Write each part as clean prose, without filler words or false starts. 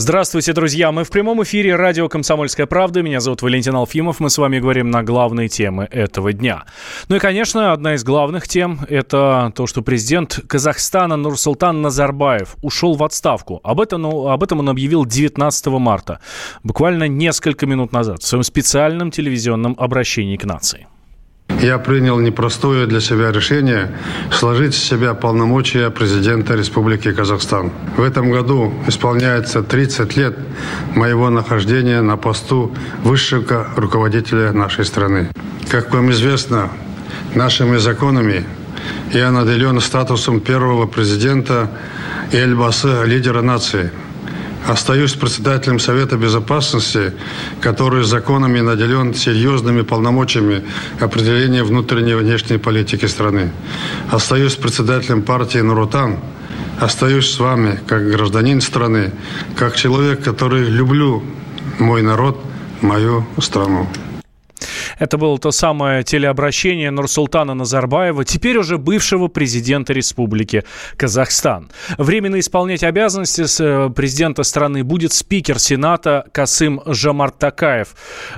Здравствуйте, друзья. Мы в прямом эфире радио «Комсомольская правда». Меня зовут Валентин Алфимов. Мы с вами говорим на главные темы этого дня. Ну и, конечно, одна из главных тем – это то, что президент Казахстана Нурсултан Назарбаев ушел в отставку. Об этом он объявил 19 марта, буквально несколько минут назад, в своем специальном телевизионном обращении к нации. Я принял непростое для себя решение сложить с себя полномочия президента Республики Казахстан. В этом году исполняется 30 лет моего нахождения на посту высшего руководителя нашей страны. Как вам известно, нашими законами я наделен статусом первого президента и Эльбасы, лидера нации. Остаюсь председателем Совета Безопасности, который законами наделен серьезными полномочиями определения внутренней и внешней политики страны. Остаюсь председателем партии Нур-Отан. Остаюсь с вами как гражданин страны, как человек, который люблю мой народ, мою страну. Это было то самое телеобращение Нурсултана Назарбаева, теперь уже бывшего президента Республики Казахстан. Временно исполнять обязанности президента страны будет спикер Сената Касым Жомарт Токаев,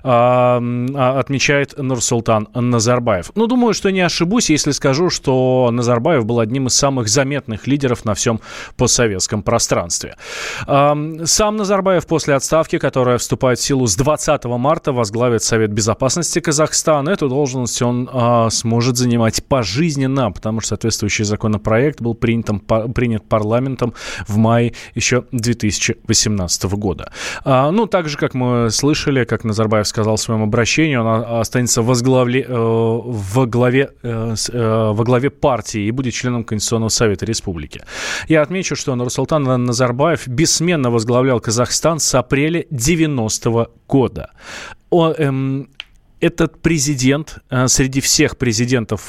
отмечает Нурсултан Назарбаев. Ну, думаю, что не ошибусь, если скажу, что Назарбаев был одним из самых заметных лидеров на всем постсоветском пространстве. Сам Назарбаев после отставки, которая вступает в силу с 20 марта, возглавит Совет Безопасности Казахстана. Эту должность он сможет занимать пожизненно, потому что соответствующий законопроект был принят парламентом в мае еще 2018 года. Ну, так же, как мы слышали, как Назарбаев сказал в своем обращении, он останется во главе партии и будет членом Конституционного совета республики. Я отмечу, что Нурсултан Назарбаев бессменно возглавлял Казахстан с апреля 90-го года. Этот президент среди всех президентов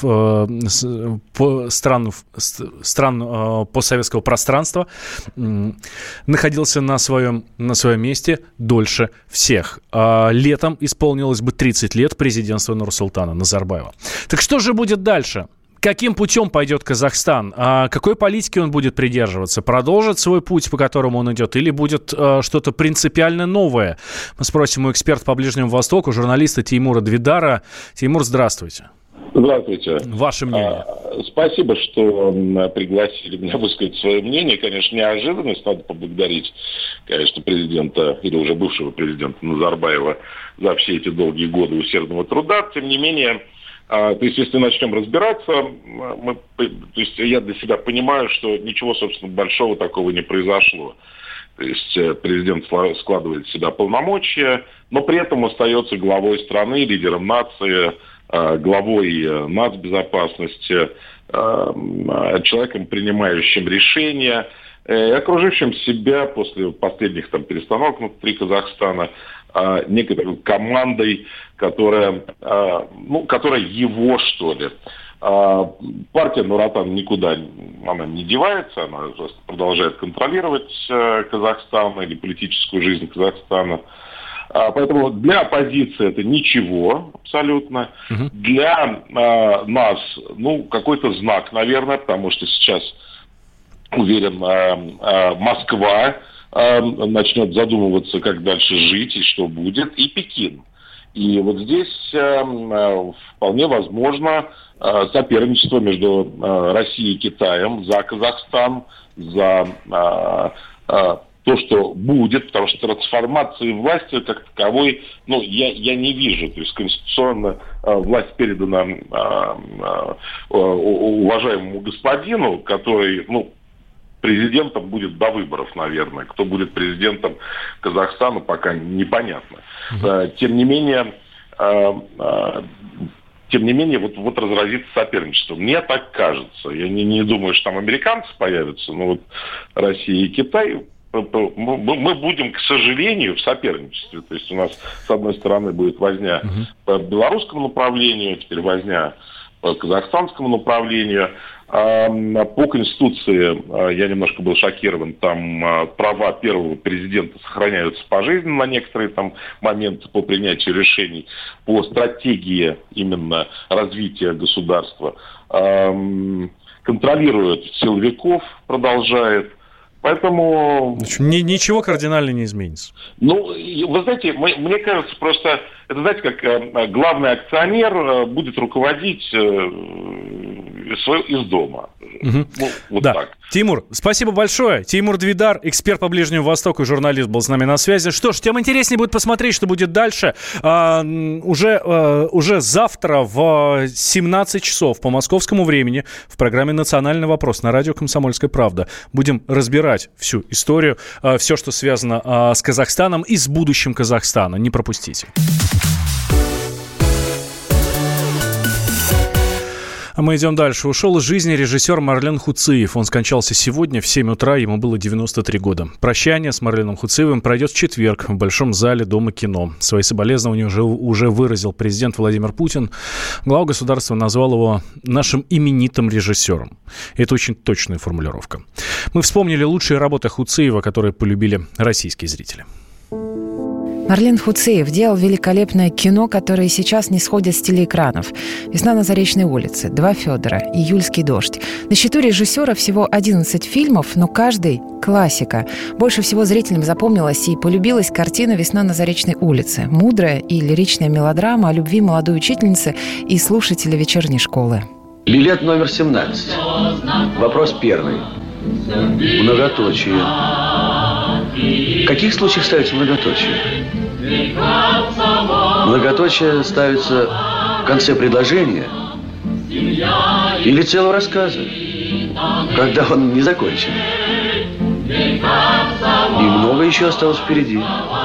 стран постсоветского пространства находился на своем месте дольше всех. Летом исполнилось бы 30 лет президентства Нурсултана Назарбаева. Так что же будет дальше? Каким путем пойдет Казахстан? Какой политики он будет придерживаться? Продолжит свой путь, по которому он идет? Или будет что-то принципиально новое? Мы спросим у эксперта по Ближнему Востоку, журналиста Теймура Двидара. Теймур, здравствуйте. Здравствуйте. Ваше мнение. Спасибо, что пригласили меня высказать свое мнение. Конечно, неожиданность. Надо поблагодарить, конечно, президента или уже бывшего президента Назарбаева за все эти долгие годы усердного труда. Тем не менее, то есть, если начнем разбираться, я для себя понимаю, что ничего, собственно, большого такого не произошло. То есть, президент складывает в себя полномочия, но при этом остается главой страны, лидером нации, главой нацбезопасности, человеком, принимающим решения, окружившим себя после последних перестановок внутри Казахстана некоторой командой, которая его, что ли. Партия Нур-Отан никуда она не девается, она продолжает контролировать Казахстан или политическую жизнь Казахстана. Поэтому для оппозиции это ничего абсолютно. Для нас, какой-то знак, наверное, потому что сейчас, уверен, Москва начнет задумываться, как дальше жить и что будет, и Пекин. И вот здесь вполне возможно соперничество между Россией и Китаем за Казахстан, за то, что будет, потому что трансформации власти как таковой, я не вижу. То есть конституционно власть передана уважаемому господину, который, президентом будет до выборов, наверное. Кто будет президентом Казахстана, пока непонятно. Тем не менее, вот разразится соперничество. Мне так кажется. Я не думаю, что там американцы появятся, но вот Россия и Китай, мы будем, к сожалению, в соперничестве. То есть у нас, с одной стороны, будет возня по белорусскому направлению, теперь возня по казахстанскому направлению. По Конституции я немножко был шокирован. Там права первого президента сохраняются пожизненно на некоторые моменты по принятию решений. По стратегии именно развития государства контролирует силовиков, продолжает. Поэтому... Ничего кардинально не изменится. Ну, вы знаете, мне кажется, просто, это, знаете, как главный акционер будет руководить из дома. Угу. Вот да. Так. Тимур, спасибо большое. Тимур Двидар, эксперт по Ближнему Востоку, журналист, был с нами на связи. Что ж, тем интереснее будет посмотреть, что будет дальше. Уже завтра в 17 часов по московскому времени в программе «Национальный вопрос» на радио «Комсомольская правда» будем разбирать всю историю, все, что связано с Казахстаном и с будущим Казахстана. Не пропустите. А мы идем дальше. Ушел из жизни режиссер Марлен Хуциев. Он скончался сегодня в 7 утра, ему было 93 года. Прощание с Марленом Хуциевым пройдет в четверг в Большом зале Дома кино. Свои соболезнования уже выразил президент Владимир Путин. Глава государства назвал его нашим именитым режиссером. И это очень точная формулировка. Мы вспомнили лучшие работы Хуциева, которые полюбили российские зрители. Марлен Хуциев делал великолепное кино, которое сейчас не сходит с телеэкранов. «Весна на Заречной улице», «Два Федора», «Июльский дождь». На счету режиссера всего 11 фильмов, но каждый – классика. Больше всего зрителям запомнилась и полюбилась картина «Весна на Заречной улице». Мудрая и лиричная мелодрама о любви молодой учительницы и слушателя вечерней школы. Билет номер 17. Вопрос первый. Многоточие. В каких случаях ставится многоточие? Многоточие ставится в конце предложения или целого рассказа, когда он не закончен. И много еще осталось впереди.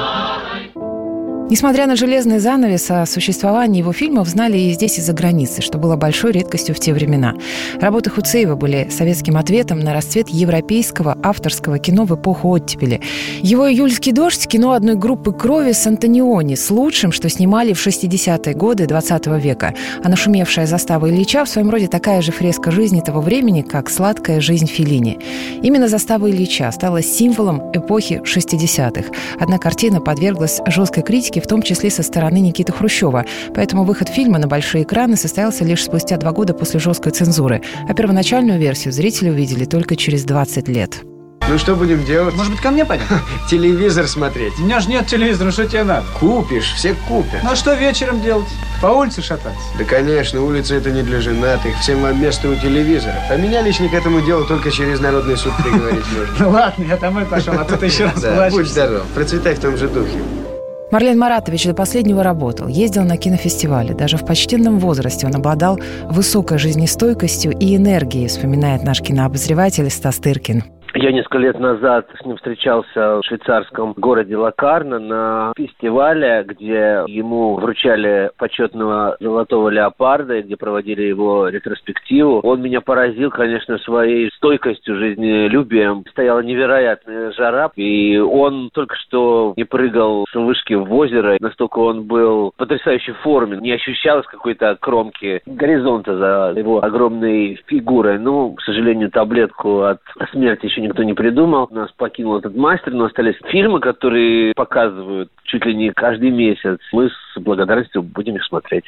Несмотря на железный занавес, о существовании его фильмов знали и здесь, и за границей, что было большой редкостью в те времена. Работы Хуциева были советским ответом на расцвет европейского авторского кино в эпоху оттепели. Его «Июльский дождь» – кино одной группы крови с Антониони, с лучшим, что снимали в 60-е годы 20 века. А нашумевшая застава Ильича в своем роде такая же фреска жизни того времени, как сладкая жизнь Феллини. Именно застава Ильича стала символом эпохи 60-х. Одна картина подверглась жесткой критике, в том числе со стороны Никиты Хрущева. Поэтому выход фильма на большие экраны состоялся лишь спустя 2 года после жесткой цензуры. А первоначальную версию зрители увидели только через 20 лет. Ну, что будем делать? Может быть, ко мне пойдем? Телевизор смотреть. У меня же нет телевизора, что тебе надо? Купишь, все купят. Ну, а что вечером делать? По улице шататься? Да, конечно, улица это не для женатых. Всем вам место у телевизора. А меня лично к этому делу только через народный суд приговорить можно. Ну, ладно, я домой пошел, а тут еще раз плачешь. Будь здоров, процветай в том же духе. Марлен Маратович до последнего работал, ездил на кинофестивали. Даже в почтенном возрасте он обладал высокой жизнестойкостью и энергией, вспоминает наш кинообозреватель Стас Тыркин. Я несколько лет назад с ним встречался в швейцарском городе Локарно на фестивале, где ему вручали почетного золотого леопарда, где проводили его ретроспективу. Он меня поразил, конечно, своей стойкостью, жизнелюбием. Стояла невероятная жара, и он только что не прыгал с вышки в озеро. Настолько он был в потрясающей форме. Не ощущалось какой-то кромки горизонта за его огромной фигурой. Ну, к сожалению, таблетку от смерти еще никто не придумал. Нас покинул этот мастер, но остались фильмы, которые показывают чуть ли не каждый месяц. Мы с благодарностью будем их смотреть.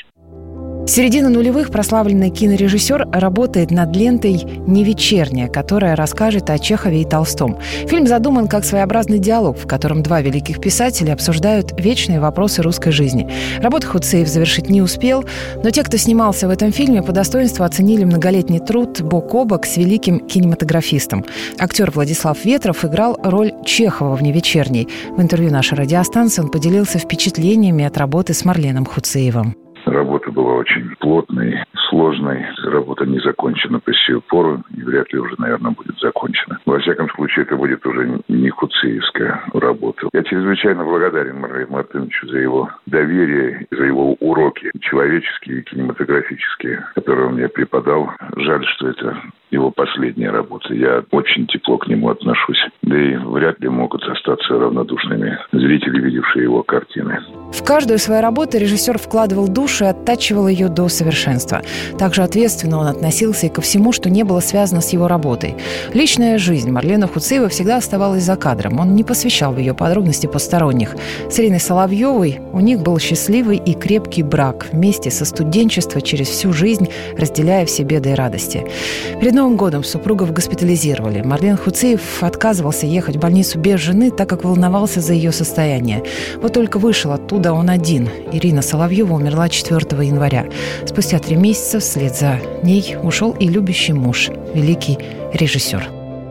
С середины нулевых прославленный кинорежиссер работает над лентой «Не вечерняя», которая расскажет о Чехове и Толстом. Фильм задуман как своеобразный диалог, в котором 2 великих писателя обсуждают вечные вопросы русской жизни. Работу Хуциев завершить не успел, но те, кто снимался в этом фильме, по достоинству оценили многолетний труд бок о бок с великим кинематографистом. Актер Владислав Ветров играл роль Чехова в «Не вечерней». В интервью нашей радиостанции он поделился впечатлениями от работы с Марленом Хуциевым. Работа была очень плотной, сложной. Работа не закончена по сию пору и вряд ли уже, наверное, будет закончена. Во всяком случае, это будет уже не хуциевская работа. Я чрезвычайно благодарен Марлену Мартыновичу за его доверие, за его уроки человеческие и кинематографические, которые он мне преподал. Жаль, что это его последняя работа. Я очень тепло к нему отношусь. Да и вряд ли могут остаться равнодушными зрители, видевшие его картины. В каждую свою работу режиссер вкладывал душу и оттачивал ее до совершенства. Также ответственно он относился и ко всему, что не было связано с его работой. Личная жизнь Марлена Хуциева всегда оставалась за кадром. Он не посвящал в ее подробности посторонних. С Ириной Соловьевой у них был счастливый и крепкий брак, вместе со студенчества через всю жизнь разделяя все беды и радости. Перед Новым годом супругов госпитализировали. Марлен Хуцеев отказывался ехать в больницу без жены, так как волновался за ее состояние. Вот только вышел оттуда он один. Ирина Соловьева умерла 4 января. Спустя 3 месяца вслед за ней ушел и любящий муж, великий режиссер.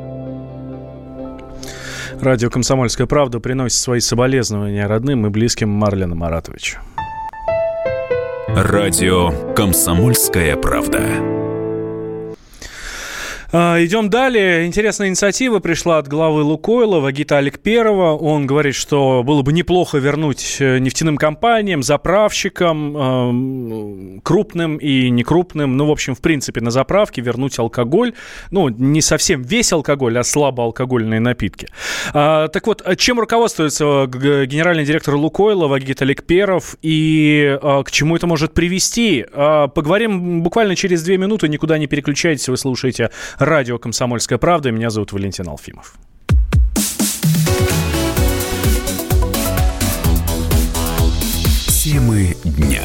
Радио «Комсомольская правда» приносит свои соболезнования родным и близким Марлена Маратовича. Радио «Комсомольская правда». Идем далее. Интересная инициатива пришла от главы «Лукойла» Вагита Аликперова. Он говорит, что было бы неплохо вернуть нефтяным компаниям, заправщикам, крупным и некрупным, в принципе, на заправке вернуть алкоголь. Не совсем весь алкоголь, а слабоалкогольные напитки. Так вот, чем руководствуется генеральный директор «Лукойла» Вагит Аликперов и к чему это может привести? Поговорим буквально через 2 минуты. Никуда не переключайтесь, вы слушаете радио «Комсомольская правда». Меня зовут Валентин Алфимов. Темы дня.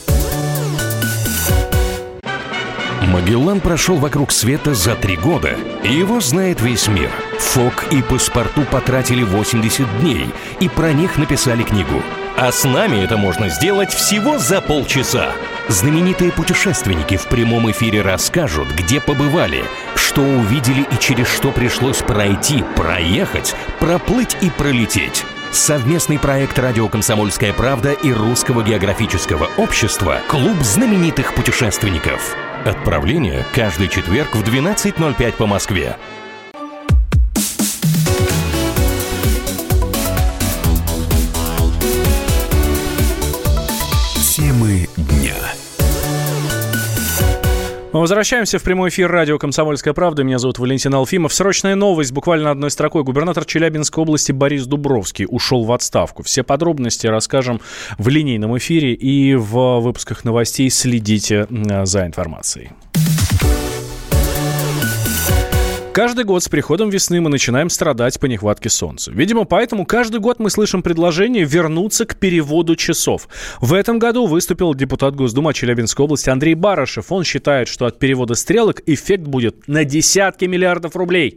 Магеллан прошел вокруг света за 3 года, и его знает весь мир. Фок и Паспарту потратили 80 дней, и про них написали книгу. А с нами это можно сделать всего за полчаса. Знаменитые путешественники в прямом эфире расскажут, где побывали, что увидели и через что пришлось пройти, проехать, проплыть и пролететь. Совместный проект «Радио Комсомольская правда» и Русского географического общества «Клуб знаменитых путешественников». Отправление каждый четверг в 12:05 по Москве. Темы дня. Мы возвращаемся в прямой эфир радио «Комсомольская правда». Меня зовут Валентин Алфимов. Срочная новость, буквально одной строкой. Губернатор Челябинской области Борис Дубровский ушел в отставку. Все подробности расскажем в линейном эфире и в выпусках новостей. Следите за информацией. Каждый год с приходом весны мы начинаем страдать по нехватке солнца. Видимо, поэтому каждый год мы слышим предложение вернуться к переводу часов. В этом году выступил депутат Госдумы Челябинской области Андрей Барышев. Он считает, что от перевода стрелок эффект будет на десятки миллиардов рублей.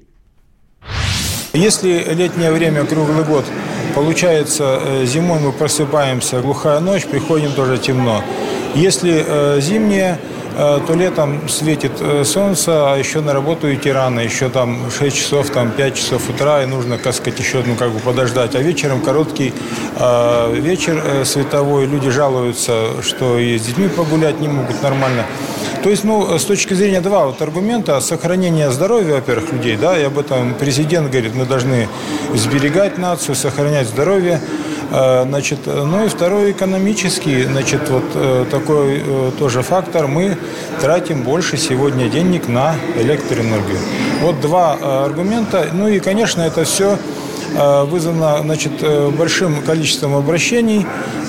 Если летнее время круглый год, получается, зимой мы просыпаемся, глухая ночь, приходим тоже темно. Если зимнее, то летом светит солнце, а еще на работу идти рано, еще 6 часов, 5 часов утра, и нужно, еще подождать. А вечером короткий вечер световой, люди жалуются, что и с детьми погулять не могут нормально. То есть, с точки зрения 2 аргумента: сохранение здоровья, во-первых, людей, и об этом президент говорит, мы должны сберегать нацию, сохранять здоровье. И второй экономический, такой тоже фактор: мы тратим больше сегодня денег на электроэнергию. Вот 2 аргумента. И, конечно, это все вызвано, большим количеством обращений,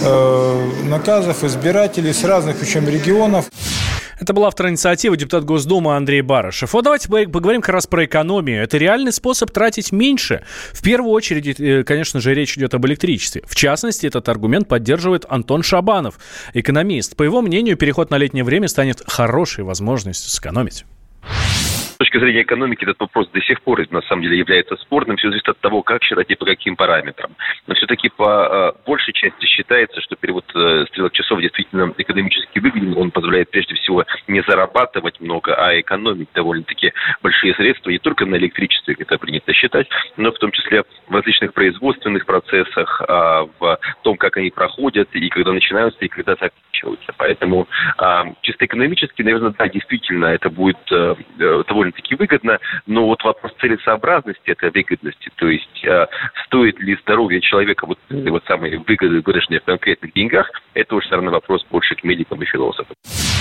наказов избирателей с разных, причем, регионов. Это был автор инициативы, депутат Госдумы Андрей Барышев. Давайте поговорим как раз про экономию. Это реальный способ тратить меньше. В первую очередь, конечно же, речь идет об электричестве. В частности, этот аргумент поддерживает Антон Шабанов, экономист. По его мнению, переход на летнее время станет хорошей возможностью сэкономить. С точки зрения экономики этот вопрос до сих пор, на самом деле, является спорным. Все зависит от того, как считать и по каким параметрам. Но все-таки по большей части считается, что перевод стрелок часов действительно экономически выгоден. Он позволяет прежде всего не зарабатывать много, а экономить довольно-таки большие средства. Не только на электричестве, как это принято считать, но в том числе в различных производственных процессах, в том, как они проходят, и когда начинаются, и когда заканчиваются. Поэтому чисто экономически, наверное, да, действительно, это будет довольно-таки выгодно, но вот вопрос целесообразности этой выгодности, то есть стоит ли здоровье человека самые выгоды, выраженные в конкретных деньгах, это уже, наверное, вопрос больше к медикам и философам.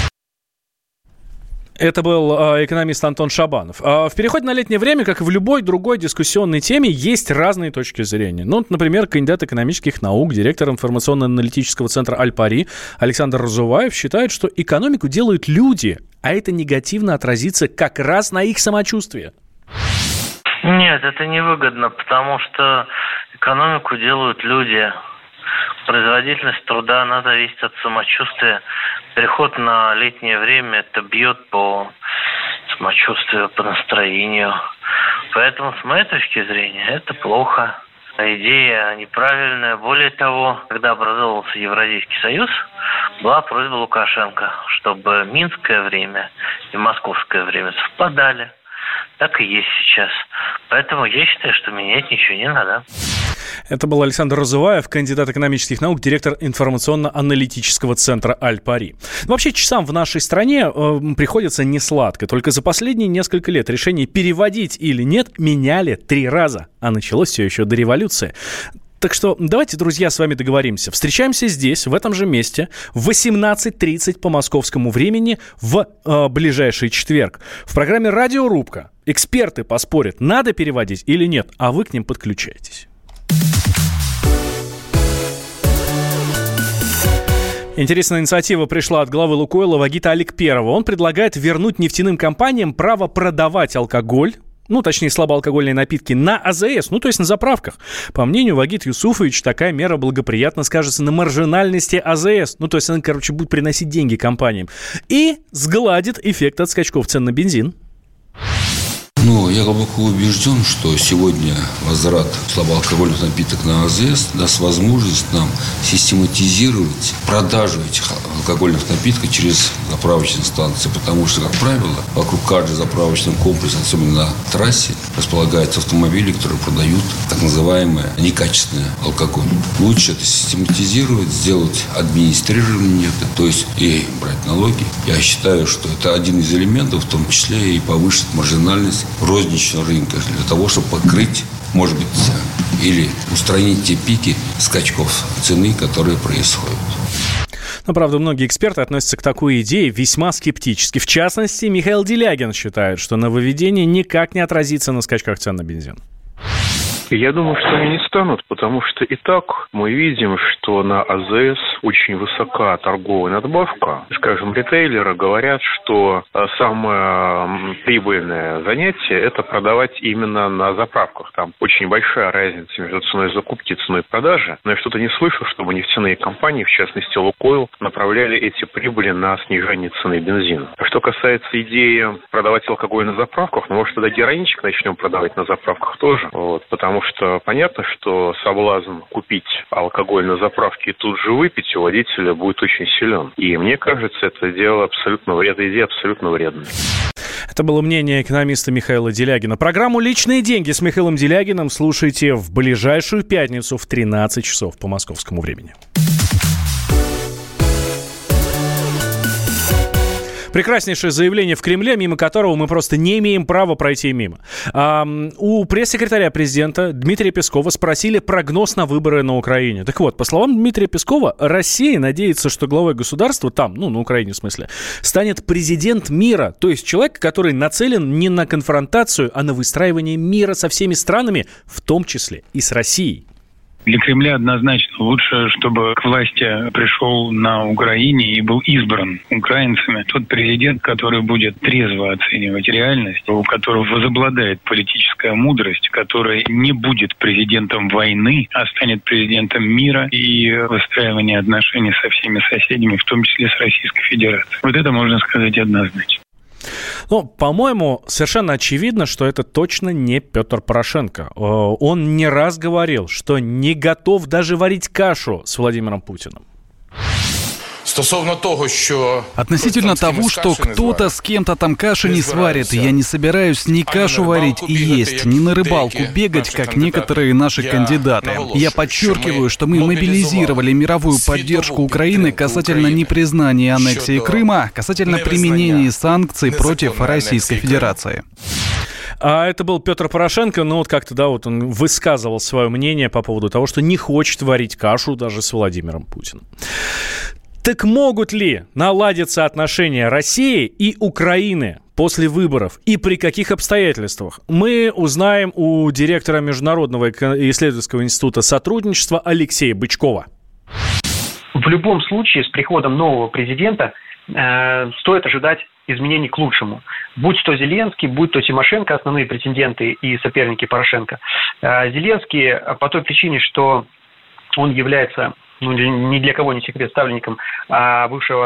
Это был экономист Антон Шабанов. В переходе на летнее время, как и в любой другой дискуссионной теме, есть разные точки зрения. Например, кандидат экономических наук, директор информационно-аналитического центра «Аль-Пари» Александр Разуваев считает, что экономику делают люди, а это негативно отразится как раз на их самочувствии. Нет, это невыгодно, потому что экономику делают люди. Производительность труда, она зависит от самочувствия. Переход на летнее время, это бьет по самочувствию, по настроению. Поэтому, с моей точки зрения, это плохо. Идея неправильная. Более того, когда образовался Евразийский союз, была просьба Лукашенко, чтобы минское время и московское время совпадали. Так и есть сейчас. Поэтому я считаю, что менять ничего не надо. Это был Александр Разуваев, кандидат экономических наук, директор информационно-аналитического центра «Аль-Пари». Вообще, часам в нашей стране приходится несладко. Только за последние несколько лет решение переводить или нет меняли 3 раза. А началось все еще до революции. Так что давайте, друзья, с вами договоримся. Встречаемся здесь, в этом же месте, в 18:30 по московскому времени в ближайший четверг. В программе «Радиорубка» эксперты поспорят, надо переводить или нет, а вы к ним подключаетесь. Интересная инициатива пришла от главы «Лукойла» Вагита Аликперова. Он предлагает вернуть нефтяным компаниям право продавать алкоголь, точнее, слабоалкогольные напитки на АЗС, то есть на заправках. По мнению Вагита Юсуфовича, такая мера благоприятно скажется на маржинальности АЗС. То есть она, будет приносить деньги компаниям. И сгладит эффект от скачков цен на бензин. Я глубоко убежден, что сегодня возврат слабоалкогольных напиток на АЗС даст возможность нам систематизировать продажу этих алкогольных напитков через заправочные станции. Потому что, как правило, вокруг каждого заправочного комплекса, особенно на трассе, располагаются автомобили, которые продают так называемый некачественный алкоголь. Лучше это систематизировать, сделать администрирование, то есть и брать налоги. Я считаю, что это один из элементов, в том числе и повысить маржинальность розничного рынка для того, чтобы покрыть, может быть, или устранить те пики скачков цены, которые происходят. Но, правда, многие эксперты относятся к такой идее весьма скептически. В частности, Михаил Делягин считает, что нововведение никак не отразится на скачках цен на бензин. Я думаю, что они не станут, потому что и так мы видим, что на АЗС очень высока торговая надбавка. Скажем, ритейлеры говорят, что самое прибыльное занятие – это продавать именно на заправках. Там очень большая разница между ценой закупки и ценой продажи. Но я что-то не слышал, чтобы нефтяные компании, в частности Лукойл, направляли эти прибыли на снижение цены бензина. Что касается идеи продавать алкоголь на заправках, может, тогда героинчик начнем продавать на заправках тоже. Потому что понятно, что соблазн купить алкоголь на заправке и тут же выпить у водителя будет очень силен. И мне кажется, эта идея абсолютно вредная. Это было мнение экономиста Михаила Делягина. Программу «Личные деньги» с Михаилом Делягиным слушайте в ближайшую пятницу в 13 часов по московскому времени. Прекраснейшее заявление в Кремле, мимо которого мы просто не имеем права пройти мимо. У пресс-секретаря президента Дмитрия Пескова спросили прогноз на выборы на Украине. Так вот, по словам Дмитрия Пескова, Россия надеется, что главой государства там, на Украине в смысле, станет президент мира. То есть человек, который нацелен не на конфронтацию, а на выстраивание мира со всеми странами, в том числе и с Россией. Для Кремля однозначно лучше, чтобы к власти пришел на Украине и был избран украинцами тот президент, который будет трезво оценивать реальность, у которого возобладает политическая мудрость, который не будет президентом войны, а станет президентом мира и выстраивания отношений со всеми соседями, в том числе с Российской Федерацией. Вот это можно сказать однозначно. По-моему, совершенно очевидно, что это точно не Петр Порошенко. Он не раз говорил, что не готов даже варить кашу с Владимиром Путиным. Относительно того, что кто-то с кем-то там каши не сварит, я не собираюсь ни кашу варить и есть, ни на рыбалку бегать, как некоторые наши кандидаты. Я подчеркиваю, что мы мобилизировали мировую поддержку Украины касательно непризнания аннексии Крыма, касательно применения санкций против Российской Федерации. А это был Петр Порошенко, он высказывал свое мнение по поводу того, что не хочет варить кашу даже с Владимиром Путиным. Так могут ли наладиться отношения России и Украины после выборов и при каких обстоятельствах? Мы узнаем у директора Международного исследовательского института сотрудничества Алексея Бычкова. В любом случае с приходом нового президента стоит ожидать изменений к лучшему. Будь то Зеленский, будь то Тимошенко, основные претенденты и соперники Порошенко. Зеленский по той причине, что он является ни для кого не секрет, ставленником бывшего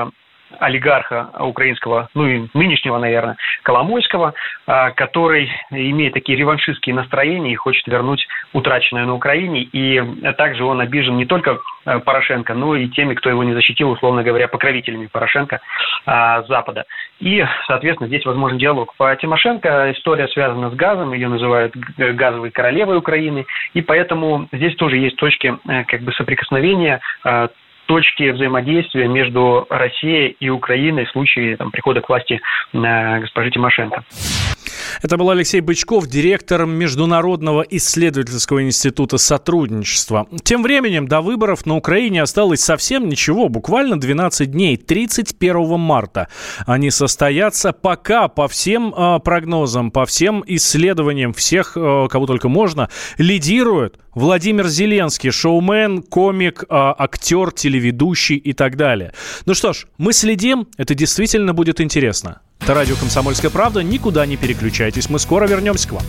олигарха украинского, ну и нынешнего, наверное, Коломойского, который имеет такие реваншистские настроения и хочет вернуть утраченное на Украине. И также он обижен не только Порошенко, но и теми, кто его не защитил, условно говоря, покровителями Порошенко Запада. И, соответственно, здесь возможен диалог. По Тимошенко история связана с газом, ее называют газовой королевой Украины, и поэтому здесь тоже есть точки как бы соприкосновения, точки взаимодействия между Россией и Украиной в случае прихода к власти госпожи Тимошенко. Это был Алексей Бычков, директор Международного исследовательского института сотрудничества. Тем временем до выборов на Украине осталось совсем ничего, буквально 12 дней, 31 марта. Они состоятся, пока по всем прогнозам, по всем исследованиям всех, кого только можно, лидирует Владимир Зеленский, шоумен, комик, актер, телеведущий и так далее. Ну что ж, мы следим, это действительно будет интересно. Это радио «Комсомольская правда». Никуда не переключайтесь. Мы скоро вернемся к вам.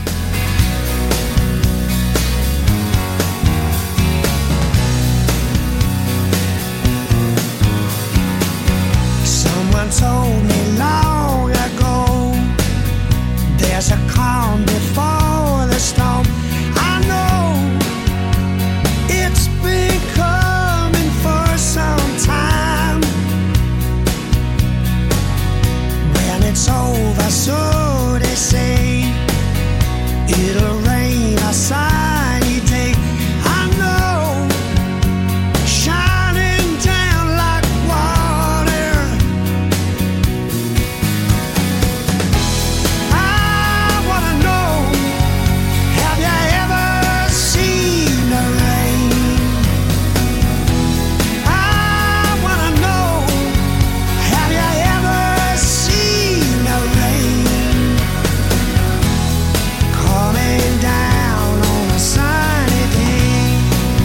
So they say it'll rain a sunny day. I know, shining down like water. I wanna know, have you ever seen the rain? I wanna know, have you ever seen the rain? Coming down on a sunny day.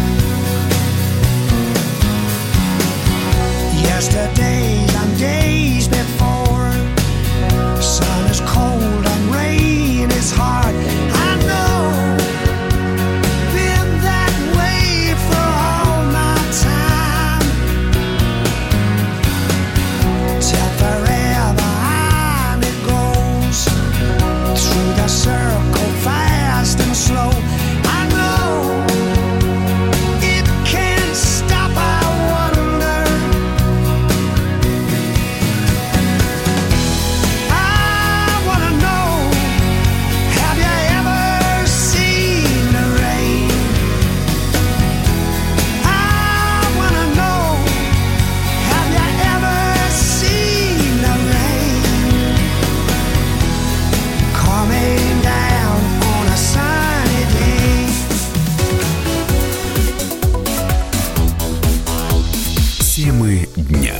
Yesterdays and days before, sun is cold and rain is hard. I know, been that way for all my time. Till forever on it goes, through the circle fast and slow. I know it can't stop, I wonder. I wanna know, have you ever seen the rain? I wanna know, have you ever seen the rain? Coming down on a sunny day. Темы дня.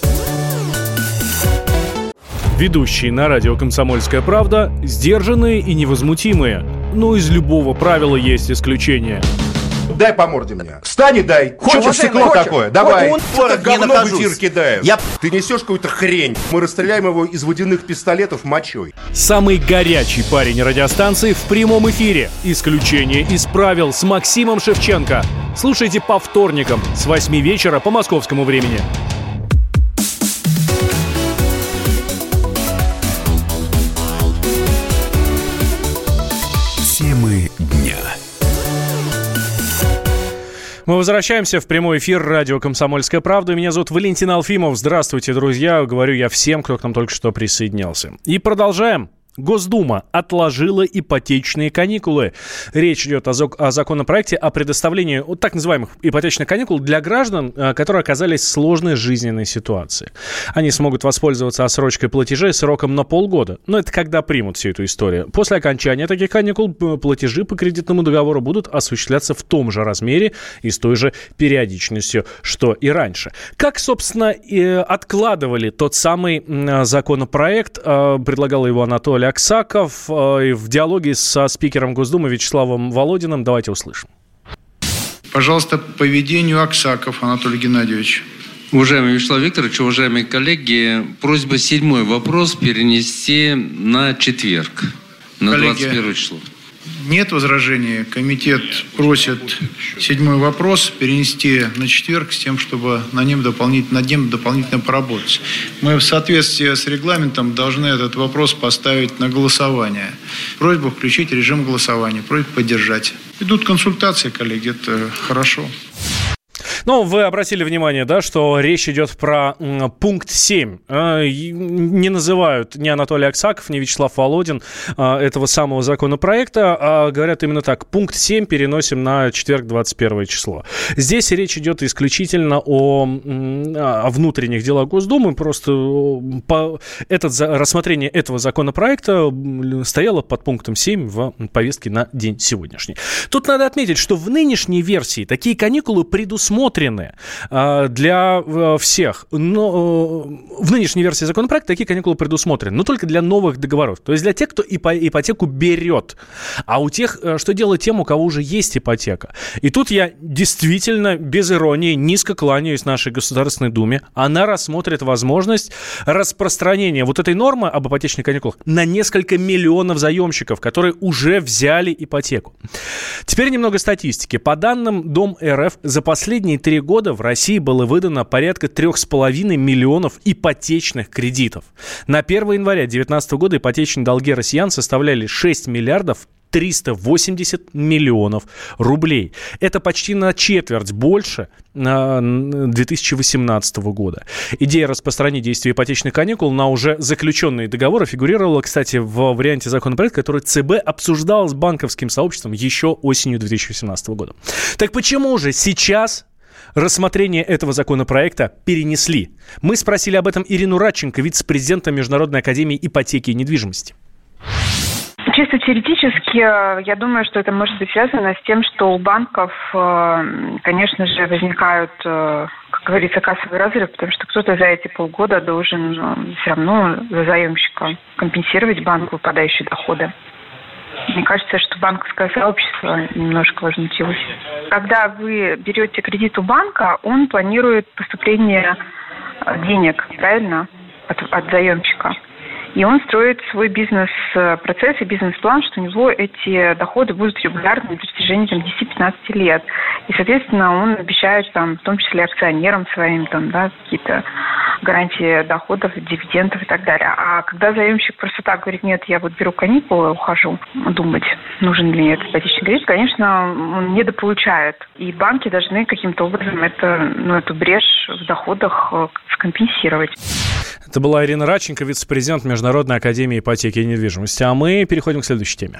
Ведущие на радио «Комсомольская правда» сдержанные и невозмутимые. Но из любого правила есть исключение. Дай по морде мне. Встань и дай. Хочешь стекло такое? Давай. Это говно в эфир кидаешь. Ты несешь какую-то хрень. Мы расстреляем его из водяных пистолетов мочой. Самый горячий парень радиостанции в прямом эфире. Исключение из правил с Максимом Шевченко. Слушайте по вторникам с 8 вечера по московскому времени. Темы дня. Мы возвращаемся в прямой эфир радио «Комсомольская правда». Меня зовут Валентин Алфимов. Здравствуйте, друзья. Говорю я всем, кто к нам только что присоединился. И продолжаем. Госдума отложила ипотечные каникулы. Речь идет о законопроекте о предоставлении так называемых ипотечных каникул для граждан, которые оказались в сложной жизненной ситуации. Они смогут воспользоваться отсрочкой платежей сроком на полгода. Но это когда примут всю эту историю. После окончания таких каникул платежи по кредитному договору будут осуществляться в том же размере и с той же периодичностью, что и раньше. Как, собственно, откладывали тот самый законопроект, предлагал его Анатолий Аксаков в диалоге со спикером Госдумы Вячеславом Володиным. Давайте услышим. Пожалуйста, по ведению Аксаков Анатолий Геннадьевич. Уважаемый Вячеслав Викторович, уважаемые коллеги, просьба 7-й вопрос перенести на четверг, на 21 число. Нет возражений. Комитет просит 7-й вопрос перенести на четверг с тем, чтобы над ним дополнительно поработать. Мы в соответствии с регламентом должны этот вопрос поставить на голосование. Просьба включить режим голосования, просьба поддержать. Идут консультации, коллеги, это хорошо. Ну, вы обратили внимание, да, что речь идет про пункт 7. Не называют ни Анатолий Аксаков, ни Вячеслав Володин этого самого законопроекта, а говорят именно так. Пункт 7 переносим на четверг, 21 число. Здесь речь идет исключительно о внутренних делах Госдумы. Просто рассмотрение этого законопроекта стояло под пунктом 7 в повестке на день сегодняшний. Тут надо отметить, что в нынешней версии такие каникулы предусмотрены для всех. Но в нынешней версии законопроекта такие каникулы предусмотрены, но только для новых договоров. То есть для тех, кто ипотеку берет. А у тех, что делать тем, у кого уже есть ипотека. И тут я действительно, без иронии, низко кланяюсь нашей Государственной Думе. Она рассмотрит возможность распространения вот этой нормы об ипотечных каникулах на несколько миллионов заемщиков, которые уже взяли ипотеку. Теперь немного статистики. По данным Дом РФ, за последние 3 года в России было выдано порядка 3,5 миллионов ипотечных кредитов. На 1 января 2019 года ипотечные долги россиян составляли 6 миллиардов 380 миллионов рублей. Это почти на четверть больше 2018 года. Идея распространения действия ипотечных каникул на уже заключенные договоры фигурировала, кстати, в варианте законопроекта, который ЦБ обсуждал с банковским сообществом еще осенью 2018 года. Так почему же сейчас рассмотрение этого законопроекта перенесли? Мы спросили об этом Ирину Радченко, вице-президента Международной академии ипотеки и недвижимости. Чисто теоретически, я думаю, что это может быть связано с тем, что у банков, конечно же, возникают, как говорится, кассовый разрыв, потому что кто-то за эти полгода должен все равно за заемщика компенсировать банку выпадающие доходы. Мне кажется, что банковское сообщество немножко возмутилось. Когда вы берете кредит у банка, он планирует поступление денег, правильно, от заемщика. И он строит свой бизнес-процесс и бизнес-план, что у него эти доходы будут регулярны на протяжении 10-15 лет. И, соответственно, он обещает, в том числе акционерам своим, какие-то гарантии доходов, дивидендов и так далее. А когда заемщик просто так говорит, нет, я беру каникулы, ухожу думать, нужен ли мне этот ипотечный кредит, конечно, он недополучает. И банки должны каким-то образом эту брешь в доходах скомпенсировать. Это была Ирина Радченко, вице-президент Международной академии ипотеки и недвижимости. А мы переходим к следующей теме.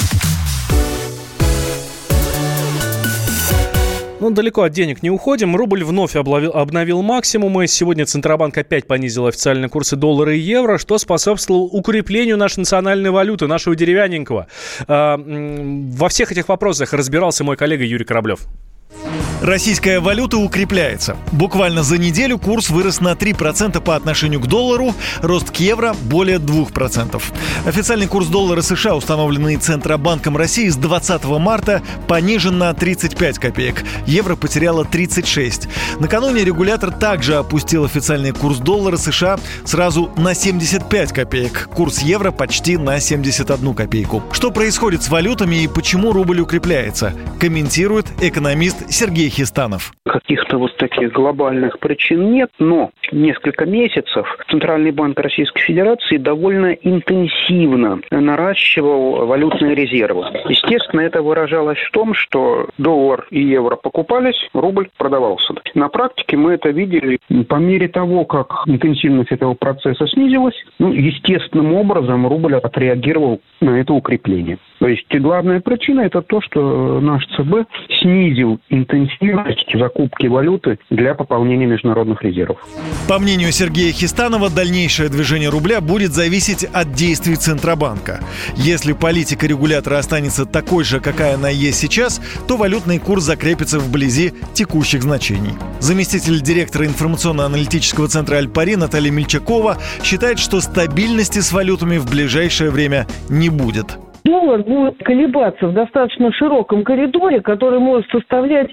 Далеко от денег не уходим. Рубль вновь обновил максимумы. Сегодня Центробанк опять понизил официальные курсы доллара и евро, что способствовало укреплению нашей национальной валюты, нашего деревянненького. Во всех этих вопросах разбирался мой коллега Юрий Кораблев. Российская валюта укрепляется. Буквально за неделю курс вырос на 3% по отношению к доллару, рост к евро более 2%. Официальный курс доллара США, установленный Центробанком России с 20 марта, понижен на 35 копеек. Евро потеряло 36. Накануне регулятор также опустил официальный курс доллара США сразу на 75 копеек. Курс евро почти на 71 копейку. Что происходит с валютами и почему рубль укрепляется, комментирует экономист Сергей Хистанов. Каких-то таких глобальных причин нет, но несколько месяцев Центральный банк Российской Федерации довольно интенсивно наращивал валютные резервы. Естественно, это выражалось в том, что доллар и евро покупались, рубль продавался. На практике мы это видели по мере того, как интенсивность этого процесса снизилась, естественным образом рубль отреагировал на это укрепление. То есть главная причина – это то, что наш ЦБ снизил интенсивность закупки валюты для пополнения международных резервов. По мнению Сергея Хистанова, дальнейшее движение рубля будет зависеть от действий Центробанка. Если политика регулятора останется такой же, какая она есть сейчас, то валютный курс закрепится вблизи текущих значений. Заместитель директора информационно-аналитического центра «Альпари» Наталья Мельчакова считает, что стабильности с валютами в ближайшее время не будет. доллар будет колебаться в достаточно широком коридоре, который может составлять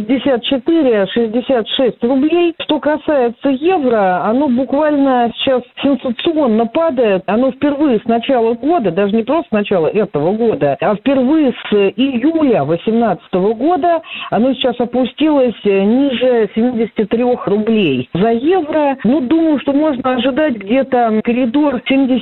64-66 рублей. Что касается евро, оно буквально сейчас сенсационно падает. Оно впервые с начала года, даже не просто с начала этого года, а впервые с июля 2018 года, оно сейчас опустилось ниже 73 рублей за евро. Думаю, что можно ожидать где-то коридор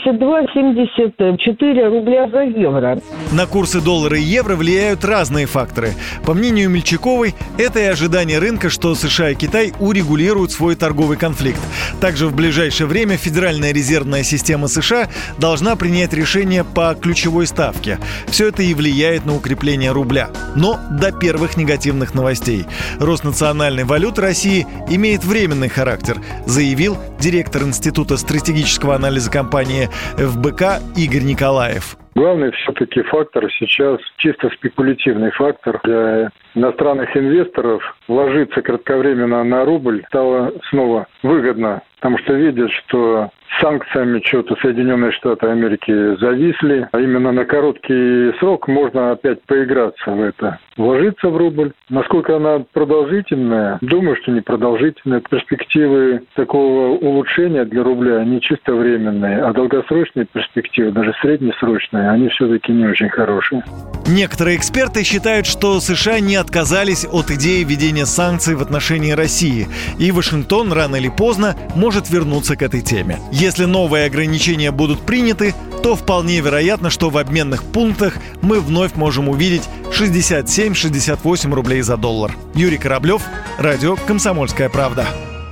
72-74 рубля за евро. На курсы доллара и евро влияют разные факторы. По мнению Мельчаковой, это и ожидание рынка, что США и Китай урегулируют свой торговый конфликт. Также в ближайшее время Федеральная резервная система США должна принять решение по ключевой ставке. Все это и влияет на укрепление рубля. Но до первых негативных новостей. Рост национальной валюты России имеет временный характер, заявил директор Института стратегического анализа компании ФБК Игорь Николаев. Главный все-таки фактор сейчас чисто спекулятивный фактор. Для иностранных инвесторов вложиться кратковременно на рубль стало снова выгодно, потому что видят, что санкциями что-то Соединенные Штаты Америки зависли, а именно на короткий срок можно опять поиграться в это. Вложиться в рубль. Насколько она продолжительная? Думаю, что не продолжительная. Перспективы такого улучшения для рубля не чисто временные, а долгосрочные перспективы, даже среднесрочные, они все-таки не очень хорошие. Некоторые эксперты считают, что США не отказались от идеи введения санкций в отношении России, и Вашингтон рано или поздно может вернуться к этой теме. Если новые ограничения будут приняты, то вполне вероятно, что в обменных пунктах мы вновь можем увидеть 67-68 рублей за доллар. Юрий Кораблев, радио «Комсомольская правда».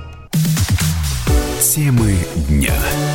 Темы дня.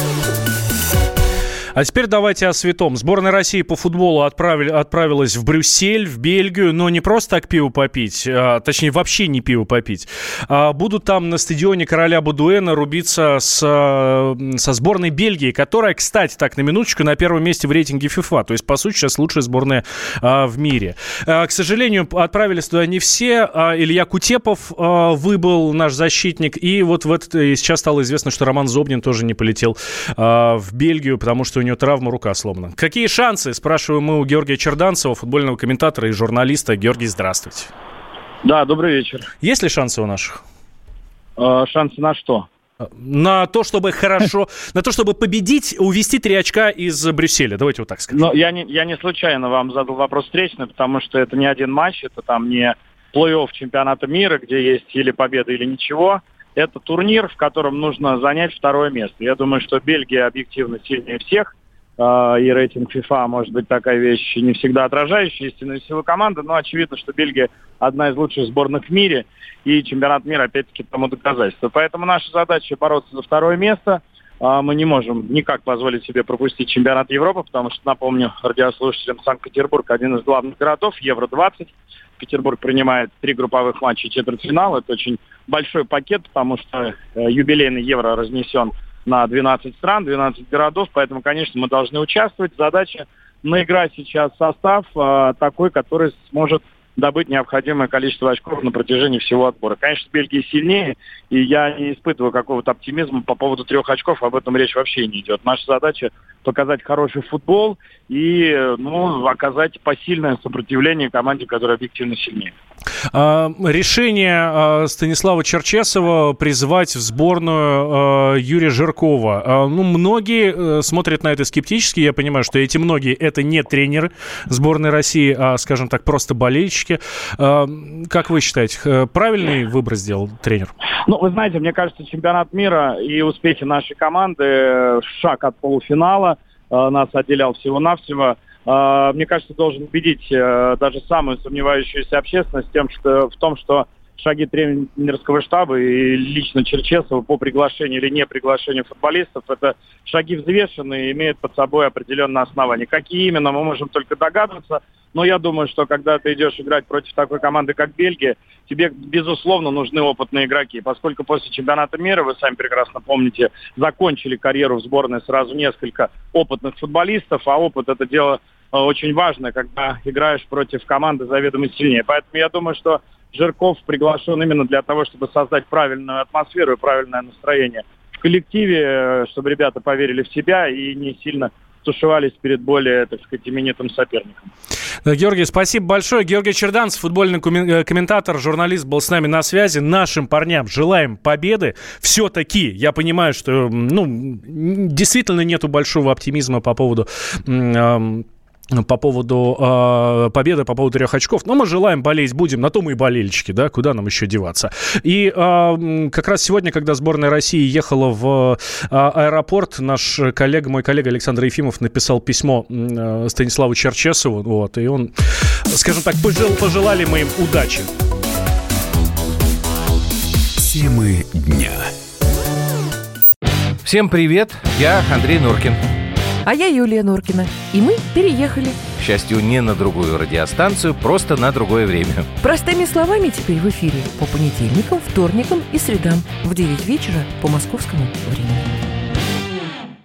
А теперь давайте о святом. Сборная России по футболу отправилась в Брюссель, в Бельгию, но не просто так пиво попить, точнее вообще не пиво попить. Будут там на стадионе Короля Бадуэна рубиться со сборной Бельгии, которая, кстати, так, на минуточку, на первом месте в рейтинге FIFA. То есть, по сути, сейчас лучшая сборная в мире. К сожалению, отправились туда не все. Илья Кутепов выбыл, наш защитник, и вот сейчас стало известно, что Роман Зобнин тоже не полетел в Бельгию, потому что у него травма, рука сломана. Какие шансы, спрашиваем мы у Георгия Черданцева, футбольного комментатора и журналиста. Георгий, здравствуйте. Да, добрый вечер. Есть ли шансы у наших? Шансы на что? На то, чтобы на то, чтобы победить, увезти 3 очка из Брюсселя. Давайте вот так скажем. Но я не случайно вам задал вопрос встречный, потому что это не один матч, это там не плей-офф чемпионата мира, где есть или победа, или ничего. Это турнир, в котором нужно занять 2 место. Я думаю, что Бельгия объективно сильнее всех, и рейтинг FIFA, может быть, такая вещь, не всегда отражающая истинную силу команды, но очевидно, что Бельгия одна из лучших сборных в мире, и чемпионат мира, опять-таки, тому доказательство. Поэтому наша задача бороться за 2 место. Мы не можем никак позволить себе пропустить чемпионат Европы, потому что, напомню радиослушателям, Санкт-Петербург – один из главных городов, Евро-20. Петербург принимает 3 групповых матча и четвертьфинал. Это очень большой пакет, потому что юбилейный Евро разнесен на 12 стран, 12 городов. Поэтому, конечно, мы должны участвовать. Задача наиграть сейчас состав такой, который сможет добыть необходимое количество очков на протяжении всего отбора. Конечно, Бельгия сильнее, и я не испытываю какого-то оптимизма по поводу 3 очков, об этом речь вообще не идет. Наша задача показать хороший футбол и оказать посильное сопротивление команде, которая объективно сильнее. Решение Станислава Черчесова призвать в сборную Юрия Жиркова. Многие смотрят на это скептически. Я понимаю, что эти многие — это не тренеры сборной России, а, скажем так, просто болельщики. Как вы считаете, правильный выбор сделал тренер? Вы знаете, мне кажется, чемпионат мира и успехи нашей команды, шаг от полуфинала, нас отделял всего-навсего. Мне кажется, должен убедить даже самую сомневающуюся общественность в том, что шаги тренерского штаба и лично Черчесова по приглашению или не приглашению футболистов — это шаги взвешенные и имеют под собой определенные основания. Какие именно, мы можем только догадываться, но я думаю, что когда ты идешь играть против такой команды, как Бельгия, тебе, безусловно, нужны опытные игроки. Поскольку после чемпионата мира, вы сами прекрасно помните, закончили карьеру в сборной сразу несколько опытных футболистов, а опыт — это дело очень важное, когда играешь против команды заведомо сильнее. Поэтому я думаю, что Жирков приглашен именно для того, чтобы создать правильную атмосферу и правильное настроение в коллективе, чтобы ребята поверили в себя и не сильно стушевались перед более, так сказать, именитым соперником. Георгий, спасибо большое. Георгий Черданцев, футбольный комментатор, журналист, был с нами на связи. Нашим парням желаем победы. Все-таки, я понимаю, что действительно нету большого оптимизма по поводу победы, по поводу 3 очков. Но мы желаем, болеть будем, на то мы и болельщики, да, куда нам еще деваться. И как раз сегодня, когда сборная России ехала в аэропорт, наш коллега, мой коллега Александр Ефимов написал письмо Станиславу Черчесову, вот, и он, скажем так, пожелали мы им удачи. Темы дня. Всем привет, я Андрей Норкин. А я Юлия Норкина. И мы переехали. К счастью, не на другую радиостанцию, просто на другое время. Простыми словами теперь в эфире по понедельникам, вторникам и средам в 9 вечера по московскому времени.